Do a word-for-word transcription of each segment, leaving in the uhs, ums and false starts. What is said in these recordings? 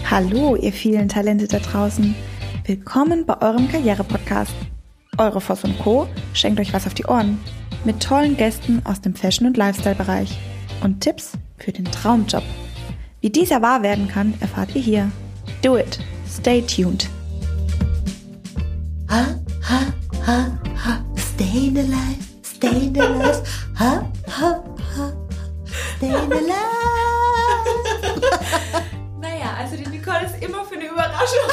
Hallo, ihr vielen Talente da draußen. Willkommen bei eurem Karriere-Podcast. Eure Voss und Co. schenkt euch was auf die Ohren. Mit tollen Gästen aus dem Fashion- und Lifestyle-Bereich. Und Tipps für den Traumjob. Wie dieser wahr werden kann, erfahrt ihr hier. Do it. Stay tuned. Ha, ha, ha, ha. Staying alive, staying alive. Ha, ha, ha. Staying alive. Naja, also die Nicole ist immer für eine Überraschung.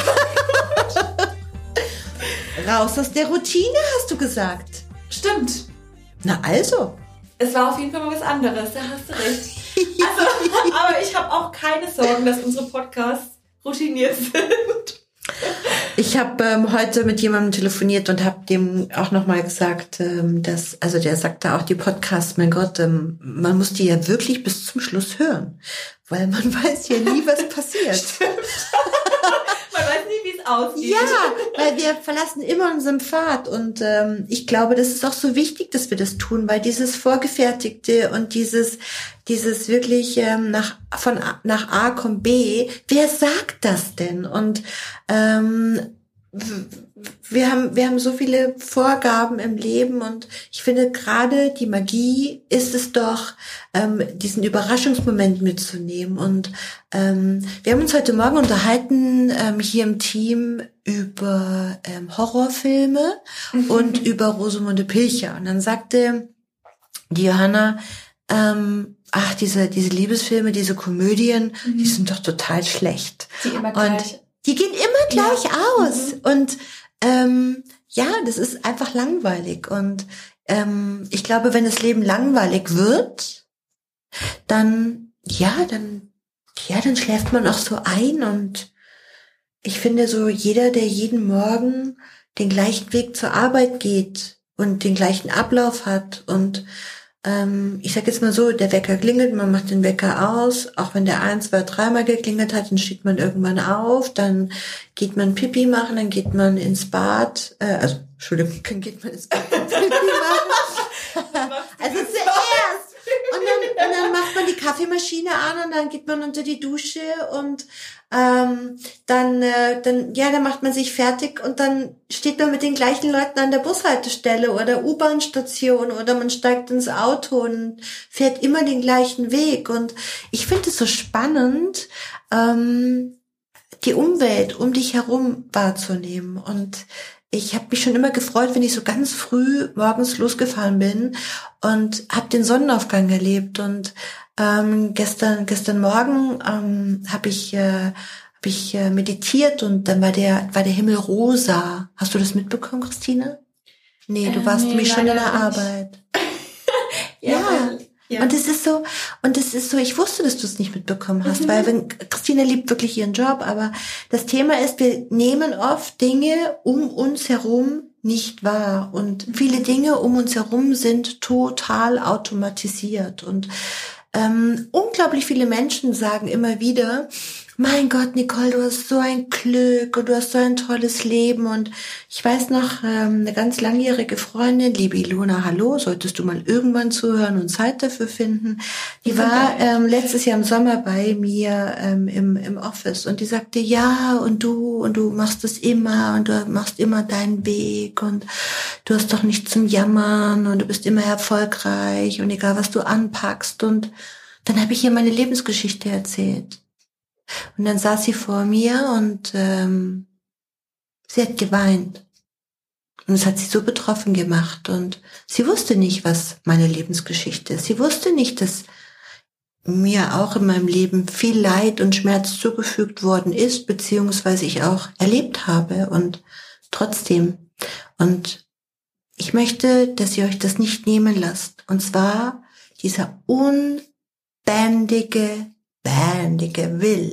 Raus aus der Routine, hast du gesagt. Stimmt. Na also. Es war auf jeden Fall mal was anderes, da hast du recht. Also, aber ich habe auch keine Sorgen, dass unsere Podcasts routiniert sind. Ich habe ähm, heute mit jemandem telefoniert und habe dem auch nochmal gesagt, ähm, dass, also der sagte auch, die Podcasts, mein Gott, ähm, man muss die ja wirklich bis zum Schluss hören, weil man weiß ja nie, was passiert. Stimmt. Man weiß nie, wie es aussieht. Ja, weil wir verlassen immer unseren Pfad und ähm, ich glaube, das ist auch so wichtig, dass wir das tun, weil dieses Vorgefertigte und dieses dieses wirklich ähm, nach von A, nach A kommt B, wer sagt das denn? Und ähm, wir haben wir haben so viele Vorgaben im Leben und ich finde gerade die Magie ist es doch, ähm, diesen Überraschungsmoment mitzunehmen. Und ähm, wir haben uns heute Morgen unterhalten ähm, hier im Team über ähm, Horrorfilme und über Rosamunde Pilcher. Und dann sagte die Johanna, ähm, ach, diese diese Liebesfilme, diese Komödien, mhm. die sind doch total schlecht. Die immer gleich. Und die gehen immer gleich ja. aus. Mhm. Und ähm, ja, das ist einfach langweilig. Und ähm, ich glaube, wenn das Leben langweilig wird, dann ja, dann ja, dann schläft man auch so ein. Und ich finde so, jeder, der jeden Morgen den gleichen Weg zur Arbeit geht und den gleichen Ablauf hat und Ähm, ich sag jetzt mal so, der Wecker klingelt, man macht den Wecker aus, auch wenn der ein, zwei, dreimal geklingelt hat, dann steht man irgendwann auf, dann geht man Pipi machen, dann geht man ins Bad, äh, also, Entschuldigung, dann geht man ins Bad und Pipi machen. Also zuerst. Und dann, und dann macht man die Kaffeemaschine an und dann geht man unter die Dusche und ähm, dann, äh, dann, ja, dann macht man sich fertig und dann steht man mit den gleichen Leuten an der Bushaltestelle oder U-Bahn-Station oder man steigt ins Auto und fährt immer den gleichen Weg. Und ich finde es so spannend, ähm, die Umwelt um dich herum wahrzunehmen. Und ich habe mich schon immer gefreut, wenn ich so ganz früh morgens losgefahren bin und habe den Sonnenaufgang erlebt. Und ähm, gestern gestern Morgen ähm, habe ich äh, habe ich äh, meditiert und dann war der war der Himmel rosa. Hast du das mitbekommen, Christine? Nee, du warst äh, nee, nämlich schon in der Arbeit. ja. ja. Ja. Und es ist so, und es ist so, ich wusste, dass du es nicht mitbekommen hast, mhm. weil wenn Christine liebt wirklich ihren Job, aber das Thema ist, wir nehmen oft Dinge um uns herum nicht wahr und viele Dinge um uns herum sind total automatisiert und ähm, unglaublich viele Menschen sagen immer wieder, mein Gott, Nicole, du hast so ein Glück und du hast so ein tolles Leben. Und ich weiß noch, ähm, eine ganz langjährige Freundin, liebe Ilona, hallo, solltest du mal irgendwann zuhören und Zeit dafür finden. Die war ähm, letztes Jahr im Sommer bei mir ähm, im, im Office und die sagte, ja, und du, und du machst es immer und du machst immer deinen Weg und du hast doch nichts zum Jammern und du bist immer erfolgreich und egal, was du anpackst. Und dann habe ich ihr meine Lebensgeschichte erzählt. Und dann saß sie vor mir und ähm, sie hat geweint. Und es hat sie so betroffen gemacht. Und sie wusste nicht, was meine Lebensgeschichte ist. Sie wusste nicht, dass mir auch in meinem Leben viel Leid und Schmerz zugefügt worden ist, beziehungsweise ich auch erlebt habe. Und trotzdem. Und ich möchte, dass ihr euch das nicht nehmen lasst. Und zwar dieser unbändige Bändige Will.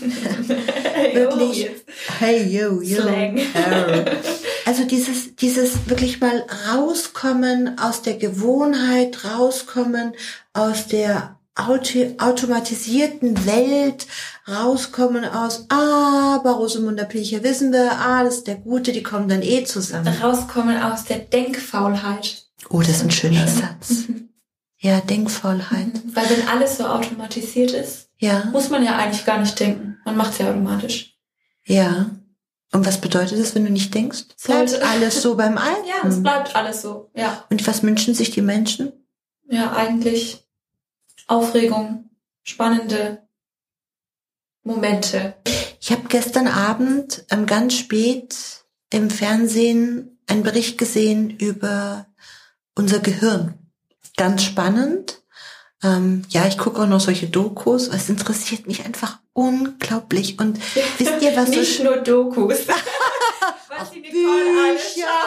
Wirklich. Hey, yo, yo. Slang. Also dieses, dieses wirklich mal rauskommen aus der Gewohnheit, rauskommen aus der Auto, automatisierten Welt, rauskommen aus, ah, bei Rosamunde Pilcher wissen wir, ah, das ist der Gute, die kommen dann eh zusammen. Rauskommen aus der Denkfaulheit. Oh, das ist ein schöner Satz. Ja, Denkfaulheit. Weil wenn alles so automatisiert ist, ja, muss man ja eigentlich gar nicht denken. Man macht es ja automatisch. Ja. Und was bedeutet das, wenn du nicht denkst? Bleibt Sollte. alles so beim Alten? Ja, es bleibt alles so, ja. Und was wünschen sich die Menschen? Ja, eigentlich Aufregung, spannende Momente. Ich habe gestern Abend ähm, ganz spät im Fernsehen einen Bericht gesehen über unser Gehirn. Ganz spannend. Ähm, ja, ich gucke auch noch solche Dokus. Es interessiert mich einfach unglaublich. Und wisst ihr, was Nicht so nur Dokus. Was die Nicole alles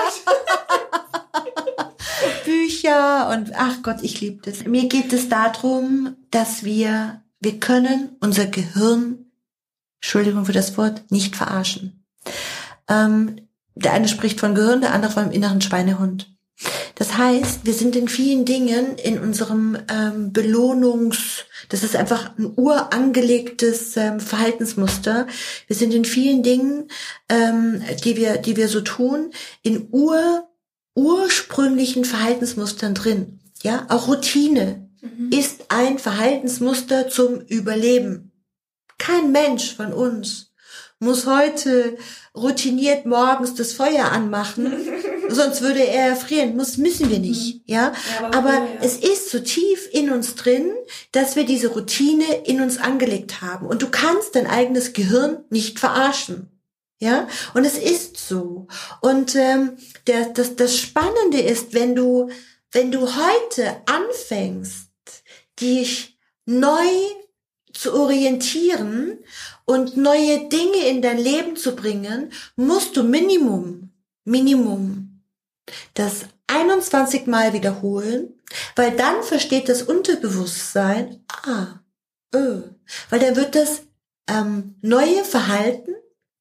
schaut. Bücher und ach Gott, ich liebe das. Mir geht es darum, dass wir, wir können unser Gehirn, Entschuldigung für das Wort, nicht verarschen. Ähm, der eine spricht von Gehirn, der andere vom inneren Schweinehund. Das heißt, wir sind in vielen Dingen in unserem ähm, Belohnungs, das ist einfach ein urangelegtes ähm, Verhaltensmuster. Wir sind in vielen Dingen, ähm, die wir, die wir so tun, in ur, ursprünglichen Verhaltensmustern drin. Ja, auch Routine mhm. ist ein Verhaltensmuster zum Überleben. Kein Mensch von uns muss heute routiniert morgens das Feuer anmachen, sonst würde er erfrieren. Muss, müssen wir nicht, ja. ja aber aber ja. es ist so tief in uns drin, dass wir diese Routine in uns angelegt haben. Und du kannst dein eigenes Gehirn nicht verarschen, ja. Und es ist so. Und ähm, der, das, das Spannende ist, wenn du, wenn du heute anfängst, dich neu zu orientieren und neue Dinge in dein Leben zu bringen, musst du Minimum, Minimum das einundzwanzig Mal wiederholen, weil dann versteht das Unterbewusstsein, ah, öh, weil dann wird das ähm, neue Verhalten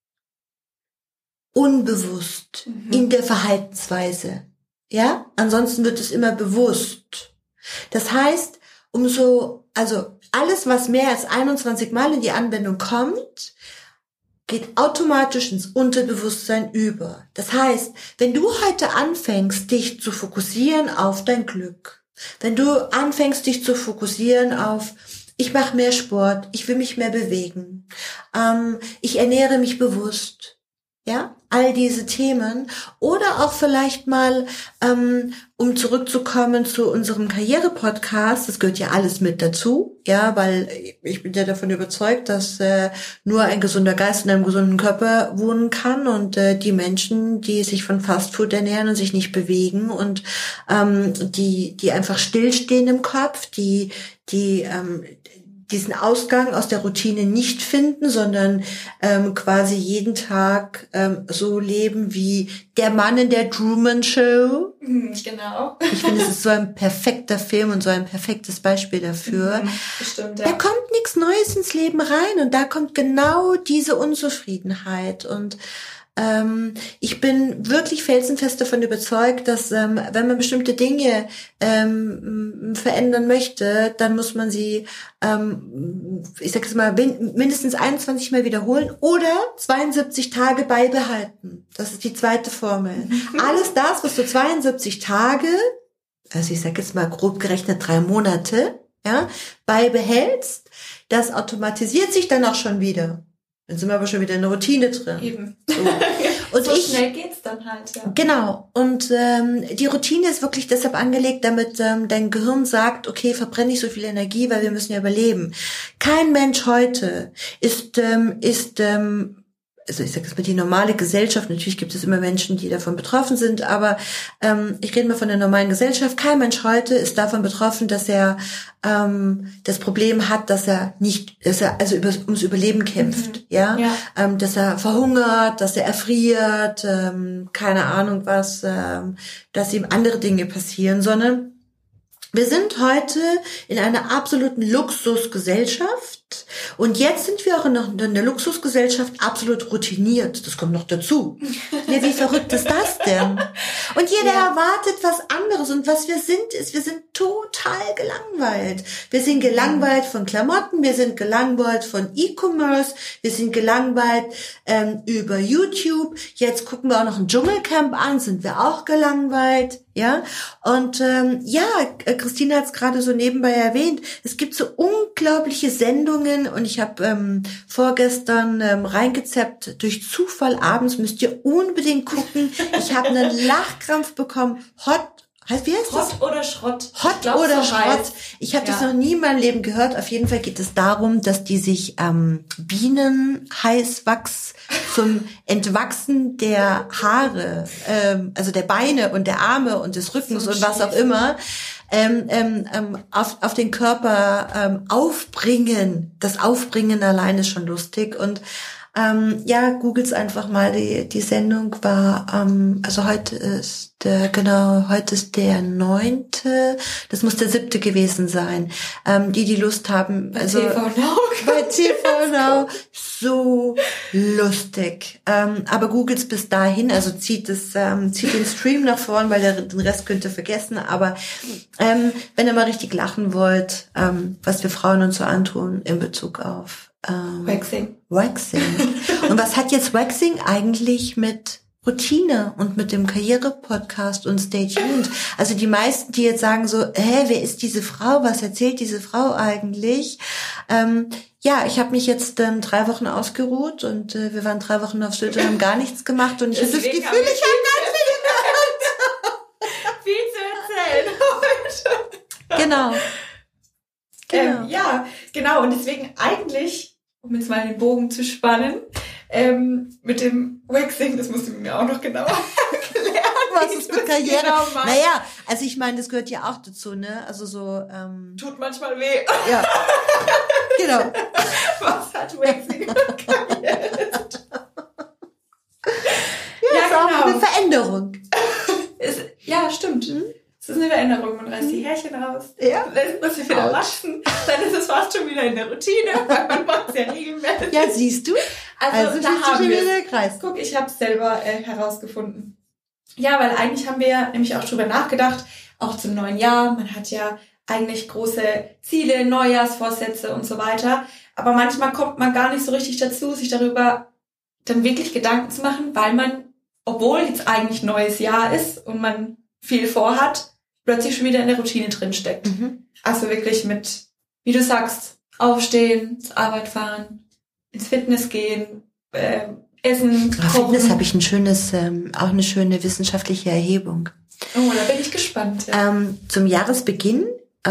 unbewusst mhm. in der Verhaltensweise, ja, ansonsten wird es immer bewusst. Das heißt, umso, also alles, was mehr als einundzwanzig Mal in die Anwendung kommt, geht automatisch ins Unterbewusstsein über. Das heißt, wenn du heute anfängst, dich zu fokussieren auf dein Glück, wenn du anfängst, dich zu fokussieren auf, ich mache mehr Sport, ich will mich mehr bewegen, ähm, ich ernähre mich bewusst, ja, all diese Themen, oder auch vielleicht mal, ähm, um zurückzukommen zu unserem Karriere-Podcast, das gehört ja alles mit dazu, ja, weil ich bin ja davon überzeugt, dass äh, nur ein gesunder Geist in einem gesunden Körper wohnen kann und äh, die Menschen, die sich von Fastfood ernähren und sich nicht bewegen und ähm, die die einfach stillstehen im Kopf, die die ähm, diesen Ausgang aus der Routine nicht finden, sondern ähm, quasi jeden Tag ähm, so leben wie der Mann in der Truman Show. Genau. Ich finde, es ist so ein perfekter Film und so ein perfektes Beispiel dafür. Mhm, bestimmt, ja. Da kommt nichts Neues ins Leben rein und da kommt genau diese Unzufriedenheit. Und ähm, ich bin wirklich felsenfest davon überzeugt, dass ähm, wenn man bestimmte Dinge ähm, verändern möchte, dann muss man sie, ähm, ich sage es mal, mindestens einundzwanzig Mal wiederholen oder zweiundsiebzig Tage beibehalten. Das ist die zweite Formel. Alles das, was du zweiundsiebzig Tage, also ich sage jetzt mal grob gerechnet drei Monate, ja, beibehältst, das automatisiert sich dann auch schon wieder. Dann sind wir aber schon wieder in der Routine drin. Eben. So, und so ich, schnell geht's dann halt, ja. Genau. Und ähm, die Routine ist wirklich deshalb angelegt, damit ähm, dein Gehirn sagt, okay, verbrenne nicht so viel Energie, weil wir müssen ja überleben. Kein Mensch heute ist, ähm, ist ähm, also ich sage jetzt mal die normale Gesellschaft, natürlich gibt es immer Menschen, die davon betroffen sind, aber ähm, ich rede mal von der normalen Gesellschaft. Kein Mensch heute ist davon betroffen, dass er ähm, das Problem hat, dass er nicht, dass er also über, ums Überleben kämpft, mhm. ja, ja. Ähm, dass er verhungert, dass er erfriert, ähm, keine Ahnung was, ähm, dass ihm andere Dinge passieren, sondern wir sind heute in einer absoluten Luxusgesellschaft und jetzt sind wir auch in der Luxusgesellschaft absolut routiniert. Das kommt noch dazu. Ja, wie verrückt ist das denn? Und jeder Ja. erwartet was anderes. Und was wir sind, ist, wir sind total gelangweilt. Wir sind gelangweilt von Klamotten, wir sind gelangweilt von E-Commerce, wir sind gelangweilt ähm, über YouTube. Jetzt gucken wir auch noch ein Dschungelcamp an, sind wir auch gelangweilt. Ja, und ähm, ja, Christine hat es gerade so nebenbei erwähnt, es gibt so unglaubliche Sendungen und ich habe ähm, vorgestern ähm, reingezappt, durch Zufall abends, müsst ihr unbedingt gucken, ich habe einen Lachkrampf bekommen, Hot, heißt wie heißt das? Hot oder Schrott. Hot Ich glaub, oder so Schrott. heißt. Ich habe Ja. das noch nie in meinem Leben gehört. Auf jeden Fall geht es darum, dass die sich ähm, Bienenheißwachs zum Entwachsen der Haare, ähm, also der Beine und der Arme und des Rückens So und was auch schief. immer, ähm, ähm, ähm, auf, auf den Körper ähm, aufbringen. Das Aufbringen allein ist schon lustig. Und ähm, ja, googelt's einfach mal. Die, die Sendung war, ähm, also heute ist der, genau, heute ist der neunte, das muss der siebte gewesen sein. Ähm, die, die Lust haben, also T V Now. bei T V Now, so lustig. Ähm, aber googelt's bis dahin, also zieht es, ähm, zieht den Stream nach vorn, weil der, den Rest könnt ihr vergessen. Aber ähm, wenn ihr mal richtig lachen wollt, ähm, was wir Frauen uns so antun in Bezug auf ähm, Waxing. Waxing. Und was hat jetzt Waxing eigentlich mit Routine und mit dem Karriere-Podcast und Stay Tuned? Also die meisten, die jetzt sagen so, hä, wer ist diese Frau? Was erzählt diese Frau eigentlich? Ähm, ja, ich habe mich jetzt ähm, drei Wochen ausgeruht und äh, wir waren drei Wochen auf Sylt und haben gar nichts gemacht und ich habe das Deswegen Gefühl, haben wir ich habe Viel zu erzählen heute. Genau. Genau. Ähm, ja, genau. Und deswegen eigentlich, um jetzt mal den Bogen zu spannen, ähm, mit dem Waxing, das musst du mir auch noch genauer erklären. Was wie ist du mit das Karriere? genau machst. Naja, also ich meine, das gehört ja auch dazu, ne? Also so, ähm, Tut manchmal weh. ja. Genau. Was hat Waxing mit Karriere zu tun? Ja, Ja, ist auch genau. eine Veränderung. Es, ja, stimmt. Es ist eine Veränderung. Man reißt die Härchen raus, Ja. lässt sie wieder Autsch. wachsen, dann ist es fast schon wieder in der Routine, weil man macht es ja regelmäßig. Ja, siehst du? Also, Also da schließt sich haben schon wir wieder der Kreis. Guck, ich habe es selber äh, herausgefunden. Ja, weil eigentlich haben wir ja nämlich auch drüber nachgedacht, auch zum neuen Jahr. Man hat ja eigentlich große Ziele, Neujahrsvorsätze und so weiter. Aber manchmal kommt man gar nicht so richtig dazu, sich darüber dann wirklich Gedanken zu machen, weil man, obwohl jetzt eigentlich neues Jahr ist und man viel vorhat, plötzlich schon wieder in der Routine drin steckt. Mhm. Also wirklich mit, wie du sagst, aufstehen, zur Arbeit fahren, ins Fitness gehen, äh, essen, Auf kochen. Fitness habe ich ein schönes, ähm, auch eine schöne wissenschaftliche Erhebung. Oh, da bin ich gespannt. Ja. Ähm, zum Jahresbeginn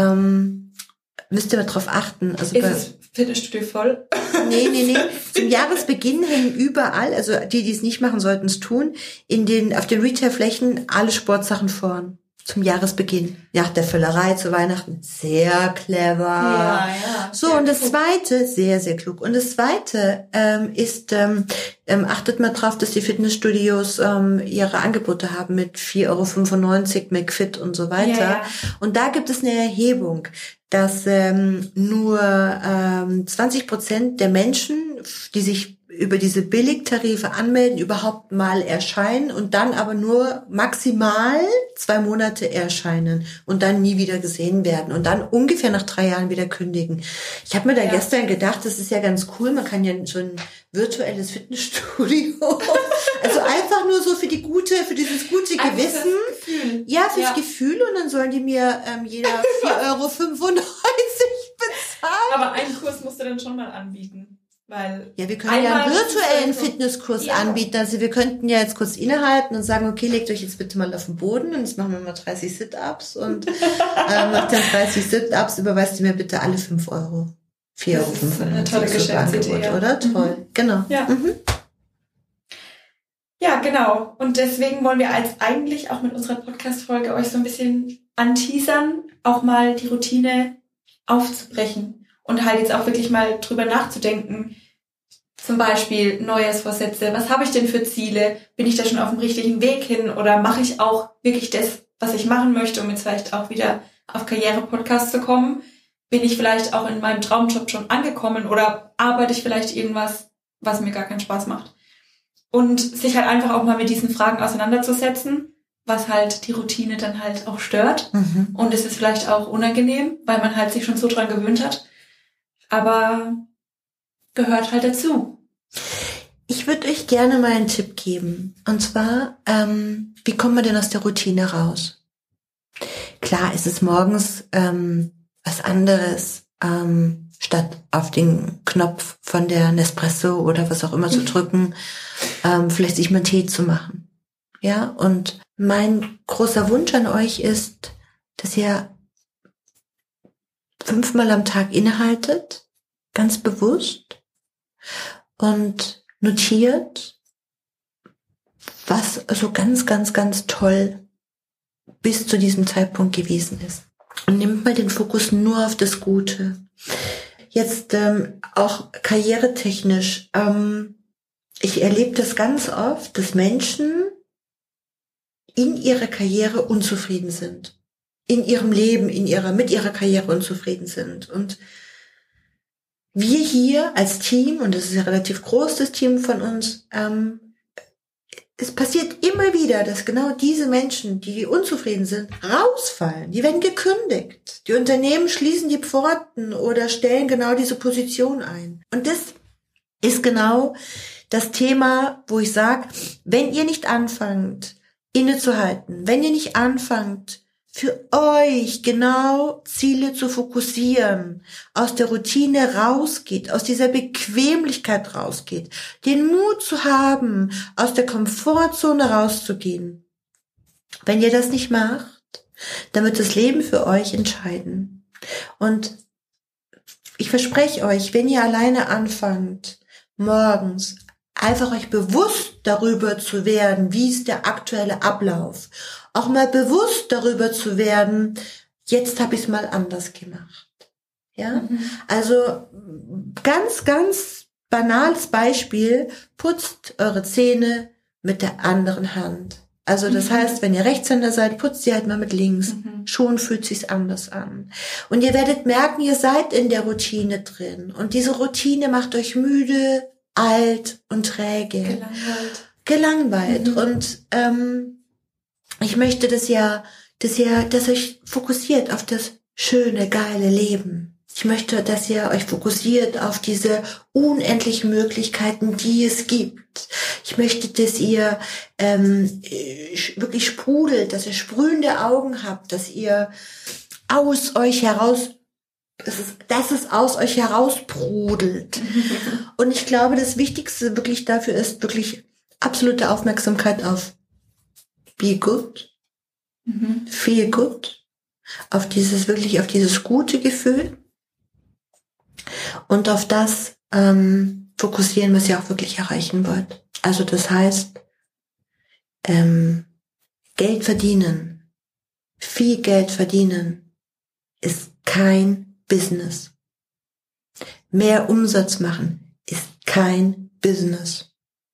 ähm, müsst ihr mal drauf achten. Also Ist bei, das Fitnessstudio voll? nee, nee, nee. Zum Jahresbeginn hängen überall, also die, die es nicht machen, sollten es tun, in den auf den Retailflächen alle Sportsachen vorn. Zum Jahresbeginn. Nach der Völlerei zu Weihnachten. Sehr clever. ja. So, Sehr und das klug. Zweite, sehr, sehr klug. Und das Zweite ähm, ist, ähm, ähm, achtet mal drauf, dass die Fitnessstudios ähm, ihre Angebote haben mit vier Euro fünfundneunzig, McFit und so weiter. Ja, ja. Und da gibt es eine Erhebung, dass ähm, nur ähm, zwanzig Prozent der Menschen, die sich über diese Billigtarife anmelden, überhaupt mal erscheinen und dann aber nur maximal zwei Monate erscheinen und dann nie wieder gesehen werden und dann ungefähr nach drei Jahren wieder kündigen. Ich habe mir da Ja. gestern gedacht, das ist ja ganz cool, man kann ja so ein virtuelles Fitnessstudio, also einfach nur so für die gute, für dieses gute Einfach Gewissen. das Gefühl. Ja, fürs Ja. Gefühl und dann sollen die mir ähm, jeder vier Euro fünfundneunzig bezahlen. Aber einen Kurs musst du dann schon mal anbieten. Weil Ja, wir können ja einmal einen virtuellen ist es so- Fitnesskurs Ja. anbieten. Also wir könnten ja jetzt kurz innehalten und sagen, okay, legt euch jetzt bitte mal auf den Boden und jetzt machen wir mal dreißig Sit-Ups und äh, macht dann dreißig Sit-Ups, überweist ihr mir bitte alle fünf Euro. vier Das Euro ist eine tolle fünfundneunzig Geschäftsidee, Angebot, ja. oder? Mhm. Toll, genau. Ja. Mhm. Ja, genau. Und deswegen wollen wir als eigentlich auch mit unserer Podcast-Folge euch so ein bisschen anteasern, auch mal die Routine aufzubrechen und halt jetzt auch wirklich mal drüber nachzudenken. Zum Beispiel Neujahrsvorsätze. Was habe ich denn für Ziele? Bin ich da schon auf dem richtigen Weg hin? Oder mache ich auch wirklich das, was ich machen möchte, um jetzt vielleicht auch wieder auf Karriere-Podcast zu kommen? Bin ich vielleicht auch in meinem Traumjob schon angekommen oder arbeite ich vielleicht irgendwas, was mir gar keinen Spaß macht? Und sich halt einfach auch mal mit diesen Fragen auseinanderzusetzen, was halt die Routine dann halt auch stört. Mhm. Und es ist vielleicht auch unangenehm, weil man halt sich schon so dran gewöhnt hat. Aber gehört halt dazu. Ich würde euch gerne mal einen Tipp geben. Und zwar, ähm, wie kommt man denn aus der Routine raus? Klar, es ist morgens ähm, was anderes, ähm, statt auf den Knopf von der Nespresso oder was auch immer zu drücken, ähm, vielleicht sich mal einen Tee zu machen. Ja, und mein großer Wunsch an euch ist, dass ihr fünfmal am Tag innehaltet, ganz bewusst, und notiert, was so ganz, ganz, ganz toll bis zu diesem Zeitpunkt gewesen ist. Und nehmt mal den Fokus nur auf das Gute. Jetzt ähm, auch karrieretechnisch. Ähm, ich erlebe das ganz oft, dass Menschen in ihrer Karriere unzufrieden sind. In ihrem Leben, in ihrer, mit ihrer Karriere unzufrieden sind. Und wir hier als Team, und das ist ja relativ groß, das Team von uns, ähm, es passiert immer wieder, dass genau diese Menschen, die unzufrieden sind, rausfallen. Die werden gekündigt. Die Unternehmen schließen die Pforten oder stellen genau diese Position ein. Und das ist genau das Thema, wo ich sage, wenn ihr nicht anfangt, innezuhalten, wenn ihr nicht anfangt, für euch genau Ziele zu fokussieren, aus der Routine rausgeht, aus dieser Bequemlichkeit rausgeht, den Mut zu haben, aus der Komfortzone rauszugehen. Wenn ihr das nicht macht, dann wird das Leben für euch entscheiden. Und ich verspreche euch, wenn ihr alleine anfangt, morgens einfach euch bewusst darüber zu werden, wie ist der aktuelle Ablauf, auch mal bewusst darüber zu werden, jetzt habe ich es mal anders gemacht. Ja, mhm. Also ganz, ganz banales Beispiel, putzt eure Zähne mit der anderen Hand. Also das mhm. heißt, wenn ihr Rechtshänder seid, putzt sie halt mal mit links. Mhm. Schon fühlt sich's anders an. Und ihr werdet merken, ihr seid in der Routine drin. Und diese Routine macht euch müde, alt und träge. Gelangweilt. Gelangweilt. Mhm. Und ähm, ich möchte, dass ihr, dass ihr, dass euch fokussiert auf das schöne, geile Leben. Ich möchte, dass ihr euch fokussiert auf diese unendlichen Möglichkeiten, die es gibt. Ich möchte, dass ihr ähm, wirklich sprudelt, dass ihr sprühende Augen habt, dass ihr aus euch heraus, dass es, dass es aus euch heraussprudelt. Und ich glaube, das Wichtigste wirklich dafür ist wirklich absolute Aufmerksamkeit auf Be good, mhm. Feel good, auf dieses wirklich, auf dieses gute Gefühl und auf das ähm, fokussieren, was ihr auch wirklich erreichen wollt. Also das heißt, ähm, Geld verdienen, viel Geld verdienen, ist kein Business. Mehr Umsatz machen ist kein Business.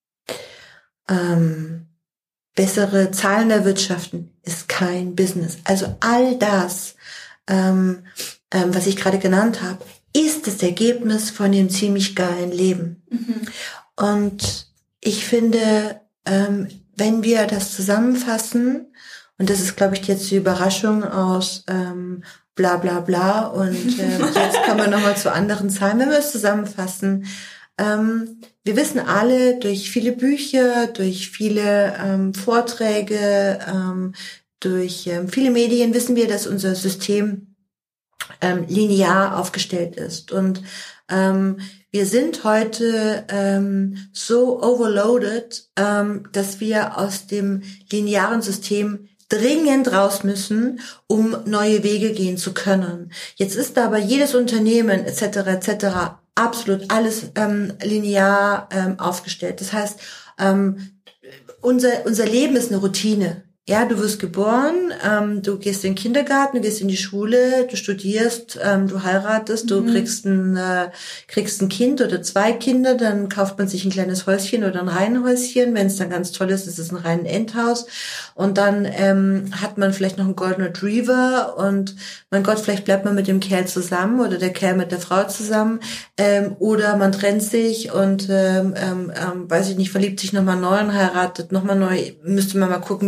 Ähm, Bessere Zahlen erwirtschaften ist kein Business. Also all das, ähm, ähm, was ich gerade genannt habe, ist das Ergebnis von dem ziemlich geilen Leben. Mhm. Und ich finde, ähm, wenn wir das zusammenfassen, und das ist, glaube ich, jetzt die Überraschung aus ähm, bla bla bla, und äh, jetzt kommen wir nochmal zu anderen Zahlen, wenn wir es zusammenfassen, ähm, wir wissen alle durch viele Bücher, durch viele ähm, Vorträge, ähm, durch ähm, viele Medien wissen wir, dass unser System ähm, linear aufgestellt ist. Und ähm, wir sind heute ähm, so overloaded, ähm, dass wir aus dem linearen System dringend raus müssen, um neue Wege gehen zu können. Jetzt ist aber jedes Unternehmen et cetera et cetera absolut alles ähm, linear ähm, aufgestellt. Das heißt, ähm, unser unser Leben ist eine Routine. Ja, du wirst geboren, ähm, du gehst in den Kindergarten, du gehst in die Schule, du studierst, ähm, du heiratest, du mhm. kriegst ein äh, kriegst ein Kind oder zwei Kinder, dann kauft man sich ein kleines Häuschen oder ein Reihenhäuschen. Wenn es dann ganz toll ist, ist es ein reinen Endhaus. Und dann ähm, hat man vielleicht noch einen Golden Retriever und mein Gott, vielleicht bleibt man mit dem Kerl zusammen oder der Kerl mit der Frau zusammen, ähm, oder man trennt sich und ähm, ähm, weiß ich nicht, verliebt sich nochmal neu und heiratet nochmal neu. Müsste man mal gucken, wie hoch da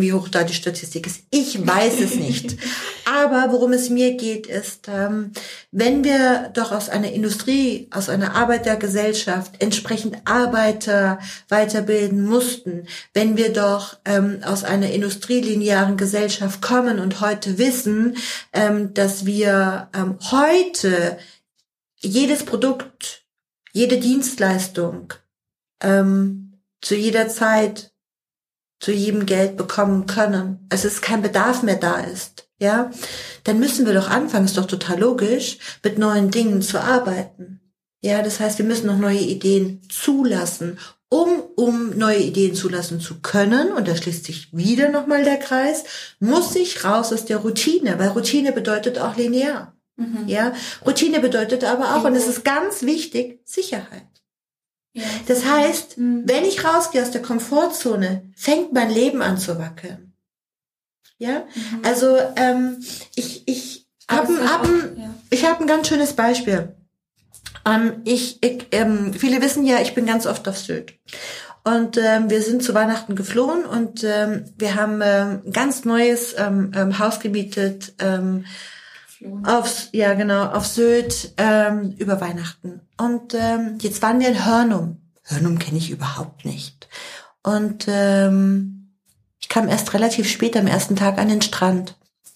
alte Statistik ist. Ich weiß es nicht. Aber worum es mir geht, ist, ähm, wenn wir doch aus einer Industrie, aus einer Arbeitergesellschaft entsprechend Arbeiter weiterbilden mussten, wenn wir doch ähm, aus einer industrielinearen Gesellschaft kommen und heute wissen, ähm, dass wir ähm, heute jedes Produkt, jede Dienstleistung ähm, zu jeder Zeit, zu jedem Geld bekommen können, also es kein Bedarf mehr da ist, ja, dann müssen wir doch anfangen, ist doch total logisch, mit neuen Dingen zu arbeiten. Ja, das heißt, wir müssen noch neue Ideen zulassen, um um neue Ideen zulassen zu können, und da schließt sich wieder nochmal der Kreis, muss ich raus aus der Routine, weil Routine bedeutet auch linear. Mhm. Ja, Routine bedeutet aber auch, und es ist ganz wichtig, Sicherheit. Ja. Das heißt, mhm. wenn ich rausgehe aus der Komfortzone, fängt mein Leben an zu wackeln. Ja, mhm. also ähm, ich ich habe hab ein, ja. ich habe ein ganz schönes Beispiel. Ähm, ich, ich ähm, viele wissen ja, ich bin ganz oft auf Sylt. Und ähm, wir sind zu Weihnachten geflohen und ähm, wir haben ähm, ein ganz neues ähm, ähm, Haus gemietet. Ähm, Auf, ja, genau, auf Sylt ähm, über Weihnachten. Und ähm, jetzt waren wir in Hörnum. Hörnum kenne ich überhaupt nicht. Und ähm, ich kam erst relativ spät am ersten Tag an den Strand.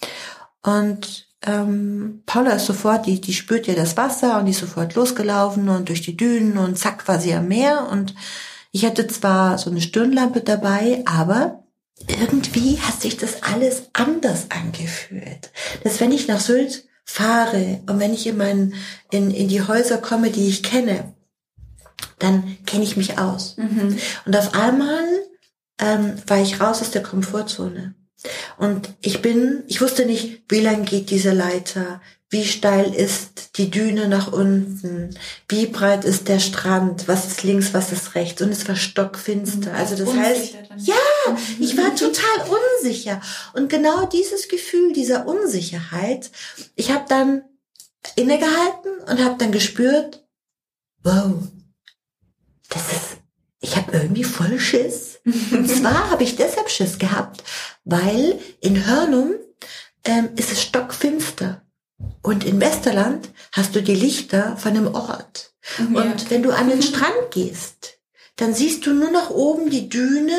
Und ähm, Paula ist sofort, die, die spürt ja das Wasser und die ist sofort losgelaufen und durch die Dünen und zack war sie am Meer. Und ich hatte zwar so eine Stirnlampe dabei, aber irgendwie hat sich das alles anders angefühlt. Dass wenn ich nach Sylt fahre und wenn ich in, mein, in, in die Häuser komme, die ich kenne, dann kenne ich mich aus. Mhm. Und auf einmal ähm, war ich raus aus der Komfortzone. Und ich bin, ich wusste nicht, wie lang geht diese Leiter, wie steil ist die Düne nach unten, wie breit ist der Strand, was ist links, was ist rechts, und es war stockfinster. Also das heißt, ja, ich war total unsicher. Und genau dieses Gefühl dieser Unsicherheit, ich habe dann innegehalten und habe dann gespürt, wow, das ist, ich habe irgendwie voll Schiss. Und zwar habe ich deshalb Schiss gehabt, weil in Hörnum ähm, ist es stockfinster. Und in Westerland hast du die Lichter von einem Ort. Ja. Und wenn du an den Strand gehst, dann siehst du nur nach oben die Düne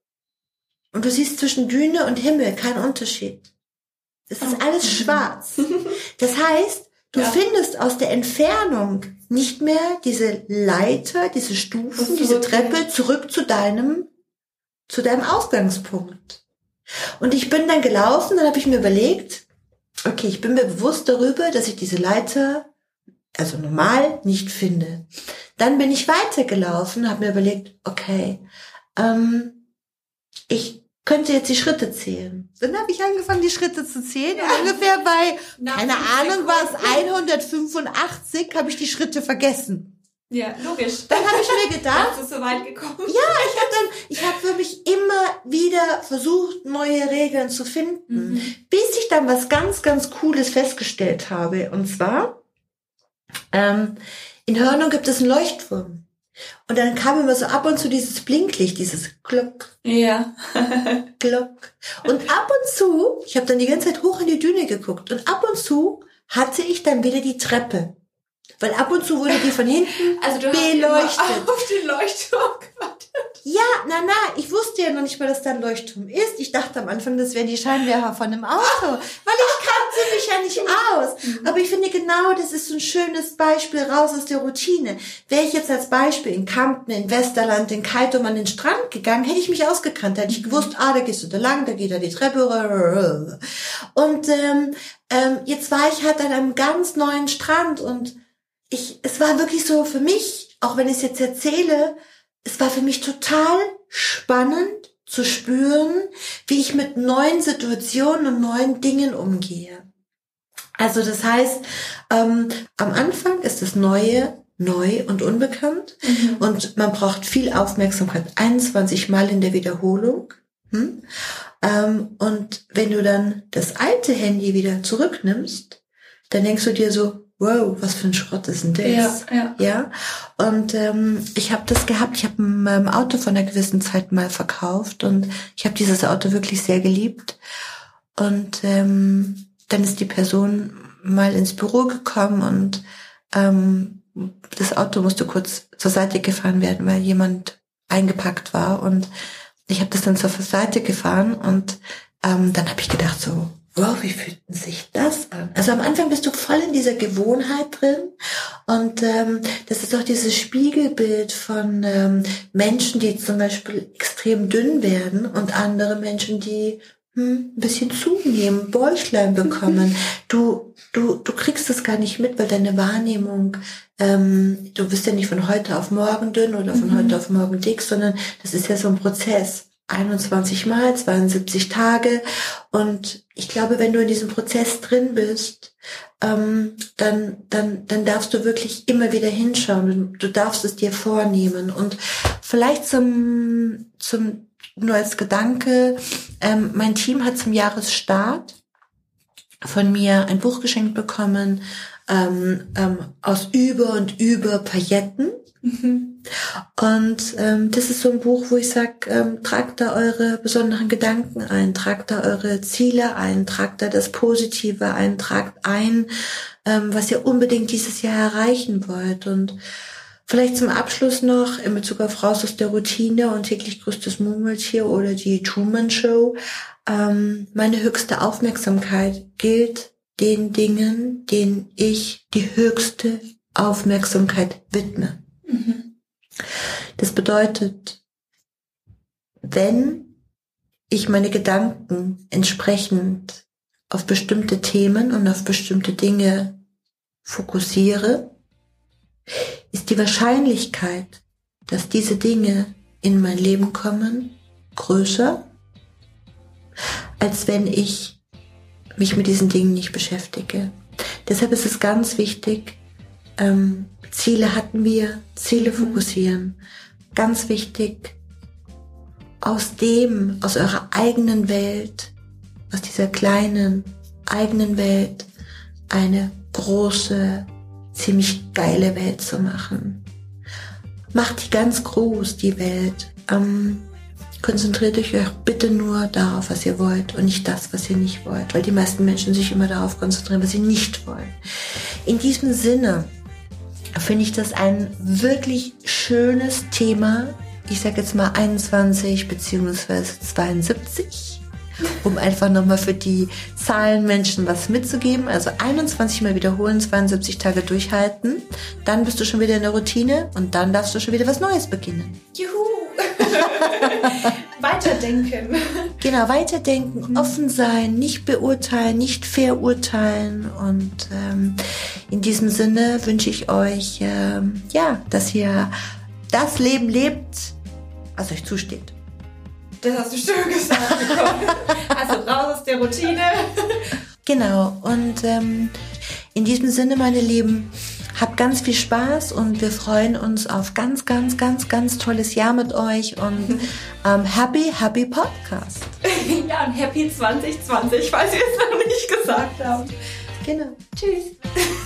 und du siehst zwischen Düne und Himmel keinen Unterschied. Es ist alles schwarz. Das heißt, du ja. findest aus der Entfernung nicht mehr diese Leiter, diese Stufen, diese Treppe zurück zu deinem, zu deinem Ausgangspunkt. Und ich bin dann gelaufen, dann habe ich mir überlegt, okay, ich bin mir bewusst darüber, dass ich diese Leiter, also normal, nicht finde. Dann bin ich weitergelaufen, habe mir überlegt, okay, ähm, ich könnte jetzt die Schritte zählen. Dann habe ich angefangen, die Schritte zu zählen. Ja. Und ungefähr bei, Nach keine Ahnung, war es hundertfünfundachtzig, habe ich die Schritte vergessen. Ja, logisch. Dann habe ich mir gedacht, das ist so weit gekommen. Ja, ich habe dann, ich habe für mich immer wieder versucht, neue Regeln zu finden, mhm. bis ich dann was ganz, ganz Cooles festgestellt habe. Und zwar, ähm, in Hörnum gibt es einen Leuchtturm. Und dann kam immer so ab und zu dieses Blinklicht, dieses Glock. Ja. Glock. Und ab und zu, ich habe dann die ganze Zeit hoch in die Düne geguckt, und ab und zu hatte ich dann wieder die Treppe. Weil ab und zu wurde die von hinten also du beleuchtet. Hast auf den Leuchtturm gewartet. Ja, na, na, ich wusste ja noch nicht mal, dass da ein Leuchtturm ist. Ich dachte am Anfang, das wären die Scheinwerfer von einem Auto, weil ich kannte mich ja nicht aus. Aber ich finde genau, das ist so ein schönes Beispiel raus aus der Routine. Wäre ich jetzt als Beispiel in Kempten, in Westerland, in Keitum an den Strand gegangen, hätte ich mich ausgekannt. Hätte ich gewusst, ah, da gehst du da lang, da geht da die Treppe. Und ähm, ähm, jetzt war ich halt an einem ganz neuen Strand und Ich, es war wirklich so für mich, auch wenn ich es jetzt erzähle, es war für mich total spannend zu spüren, wie ich mit neuen Situationen und neuen Dingen umgehe. Also das heißt, ähm, am Anfang ist das Neue neu und unbekannt mhm. und man braucht viel Aufmerksamkeit, einundzwanzig Mal in der Wiederholung. Hm? Ähm, und wenn du dann das alte Handy wieder zurücknimmst, dann denkst du dir so, wow, was für ein Schrott ist denn das? Ja, ja. ja? Und ähm, ich habe das gehabt, ich habe ein Auto von einer gewissen Zeit mal verkauft und ich habe dieses Auto wirklich sehr geliebt. Und ähm, dann ist die Person mal ins Büro gekommen und ähm, das Auto musste kurz zur Seite gefahren werden, weil jemand eingepackt war. Und ich habe das dann zur Seite gefahren und ähm, dann habe ich gedacht so, wow, wie fühlt sich das an? Also am Anfang bist du voll in dieser Gewohnheit drin und ähm, das ist auch dieses Spiegelbild von ähm, Menschen, die zum Beispiel extrem dünn werden und andere Menschen, die hm, ein bisschen zunehmen, Bäuchlein bekommen. Du, du, du kriegst das gar nicht mit, weil deine Wahrnehmung, ähm, du bist ja nicht von heute auf morgen dünn oder von mhm. heute auf morgen dick, sondern das ist ja so ein Prozess. einundzwanzig Mal, zweiundsiebzig Tage. Und ich glaube, wenn du in diesem Prozess drin bist, ähm, dann, dann, dann darfst du wirklich immer wieder hinschauen. Du darfst es dir vornehmen. Und vielleicht zum, zum, nur als Gedanke, ähm, mein Team hat zum Jahresstart von mir ein Buch geschenkt bekommen, ähm, ähm, aus über und über Pailletten. Mhm. Und ähm, das ist so ein Buch, wo ich sage, ähm, tragt da eure besonderen Gedanken ein, tragt da eure Ziele ein, tragt da das Positive ein, tragt ein, ähm, was ihr unbedingt dieses Jahr erreichen wollt. Und vielleicht zum Abschluss noch in Bezug auf Raus aus der Routine und täglich grüßtes Murmeltier oder die Truman Show. Ähm, meine höchste Aufmerksamkeit gilt den Dingen, denen ich die höchste Aufmerksamkeit widme. Mhm. Das bedeutet, wenn ich meine Gedanken entsprechend auf bestimmte Themen und auf bestimmte Dinge fokussiere, ist die Wahrscheinlichkeit, dass diese Dinge in mein Leben kommen, größer, als wenn ich mich mit diesen Dingen nicht beschäftige. Deshalb ist es ganz wichtig, ähm, Ziele hatten wir, Ziele fokussieren. Ganz wichtig, aus dem, aus eurer eigenen Welt, aus dieser kleinen eigenen Welt, eine große, ziemlich geile Welt zu machen. Macht die ganz groß, die Welt. Ähm, konzentriert euch bitte nur darauf, was ihr wollt und nicht das, was ihr nicht wollt, weil die meisten Menschen sich immer darauf konzentrieren, was sie nicht wollen. In diesem Sinne finde ich das ein wirklich schönes Thema. Ich sage jetzt mal einundzwanzig beziehungsweise zweiundsiebzig, um einfach nochmal für die Zahlenmenschen was mitzugeben. Also einundzwanzig Mal wiederholen, zweiundsiebzig Tage durchhalten. Dann bist du schon wieder in der Routine und dann darfst du schon wieder was Neues beginnen. Juhu! Weiterdenken. Genau, weiterdenken, mhm. offen sein, nicht beurteilen, nicht verurteilen. Und ähm, in diesem Sinne wünsche ich euch, ähm, ja, dass ihr das Leben lebt, was euch zusteht. Das hast du schön gesagt. Also raus aus der Routine. Genau, und ähm, in diesem Sinne, meine Lieben, habt ganz viel Spaß und wir freuen uns auf ganz, ganz, ganz, ganz tolles Jahr mit euch und ähm, Happy, Happy Podcast. Ja, und Happy zwanzig zwanzig, falls ihr es noch nicht gesagt habt. Genau. Tschüss.